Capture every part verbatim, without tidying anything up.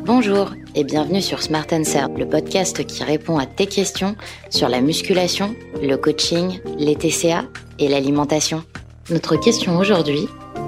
Bonjour et bienvenue sur Smart Answer, le podcast qui répond à tes questions sur la musculation, le coaching, les T C A et l'alimentation. Notre question aujourd'hui...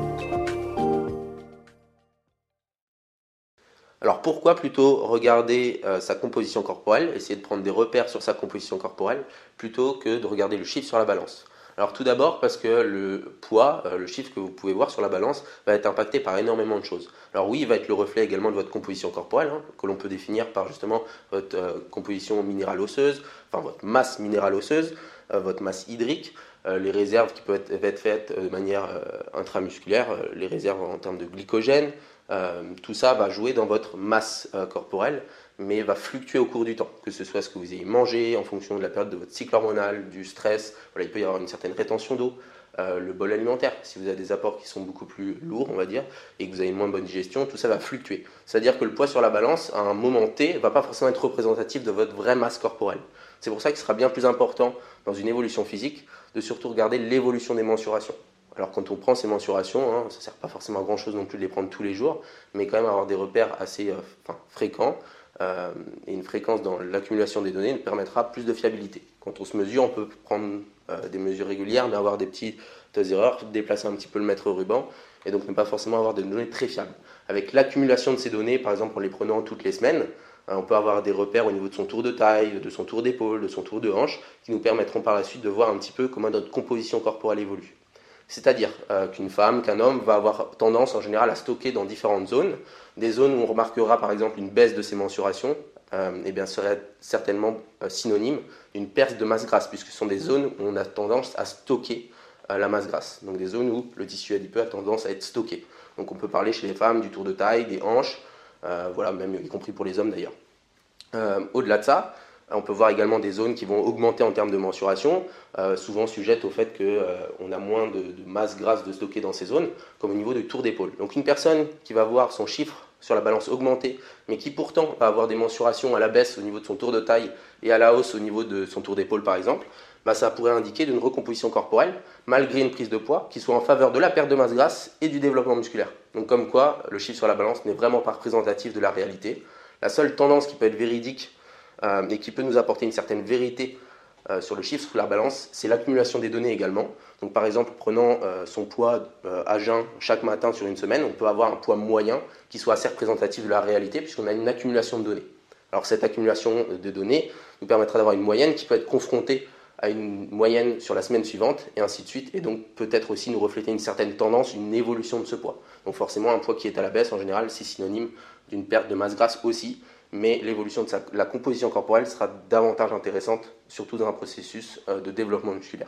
Alors pourquoi plutôt regarder euh, sa composition corporelle, essayer de prendre des repères sur sa composition corporelle, plutôt que de regarder le chiffre sur la balance? Alors tout d'abord parce que le poids, euh, le chiffre que vous pouvez voir sur la balance, va être impacté par énormément de choses. Alors oui, il va être le reflet également de votre composition corporelle, hein, que l'on peut définir par justement votre euh, composition minérale osseuse, enfin votre masse minérale osseuse, euh, votre masse hydrique, euh, les réserves qui peuvent être, être faites de manière euh, intramusculaire, euh, les réserves en termes de glycogène. Euh, tout ça va jouer dans votre masse euh, corporelle, mais va fluctuer au cours du temps, que ce soit ce que vous ayez mangé en fonction de la période de votre cycle hormonal, du stress. Voilà, il peut y avoir une certaine rétention d'eau, euh, le bol alimentaire, si vous avez des apports qui sont beaucoup plus lourds, on va dire, et que vous avez une moins bonne digestion, tout ça va fluctuer. C'est-à-dire que le poids sur la balance, à un moment T, ne va pas forcément être représentatif de votre vraie masse corporelle. C'est pour ça qu'il sera bien plus important dans une évolution physique de surtout regarder l'évolution des mensurations. Alors quand on prend ces mensurations, hein, ça ne sert pas forcément à grand chose non plus de les prendre tous les jours, mais quand même avoir des repères assez euh, enfin, fréquents euh, et une fréquence dans l'accumulation des données nous permettra plus de fiabilité. Quand on se mesure, on peut prendre euh, des mesures régulières, mais avoir des petites erreurs, déplacer un petit peu le mètre ruban, et donc ne pas forcément avoir des données très fiables. Avec l'accumulation de ces données, par exemple en les prenant toutes les semaines, hein, on peut avoir des repères au niveau de son tour de taille, de son tour d'épaule, de son tour de hanche, qui nous permettront par la suite de voir un petit peu comment notre composition corporelle évolue. C'est-à-dire euh, qu'une femme, qu'un homme va avoir tendance en général à stocker dans différentes zones. Des zones où on remarquera par exemple une baisse de ses mensurations, euh, eh bien, serait certainement euh, synonyme d'une perte de masse grasse, puisque ce sont des zones où on a tendance à stocker euh, la masse grasse. Donc des zones où le tissu adipeux a tendance à être stocké. Donc on peut parler chez les femmes du tour de taille, des hanches, euh, voilà, même y compris pour les hommes d'ailleurs. Euh, au-delà de ça, on peut voir également des zones qui vont augmenter en termes de mensuration, euh, souvent sujettes au fait qu'on euh, a moins de, de masse grasse de stocker dans ces zones, comme au niveau du tour d'épaule. Donc une personne qui va voir son chiffre sur la balance augmenter, mais qui pourtant va avoir des mensurations à la baisse au niveau de son tour de taille et à la hausse au niveau de son tour d'épaule par exemple, bah ça pourrait indiquer d'une recomposition corporelle, malgré une prise de poids, qui soit en faveur de la perte de masse grasse et du développement musculaire. Donc comme quoi, le chiffre sur la balance n'est vraiment pas représentatif de la réalité. La seule tendance qui peut être véridique Euh, et qui peut nous apporter une certaine vérité euh, sur le chiffre, sur la balance, c'est l'accumulation des données également. Donc par exemple, prenant euh, son poids euh, à jeun chaque matin sur une semaine, on peut avoir un poids moyen qui soit assez représentatif de la réalité puisqu'on a une accumulation de données. Alors cette accumulation de données nous permettra d'avoir une moyenne qui peut être confrontée à une moyenne sur la semaine suivante et ainsi de suite, et donc peut-être aussi nous refléter une certaine tendance, une évolution de ce poids. Donc forcément, un poids qui est à la baisse, en général, c'est synonyme d'une perte de masse grasse aussi, mais l'évolution de sa, la composition corporelle sera davantage intéressante, surtout dans un processus euh, de développement musculaire.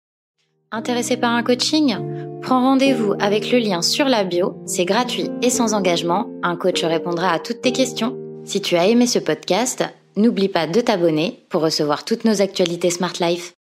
Intéressé par un coaching ? Prends rendez-vous avec le lien sur la bio, c'est gratuit et sans engagement, un coach répondra à toutes tes questions. Si tu as aimé ce podcast, n'oublie pas de t'abonner pour recevoir toutes nos actualités Smart Life.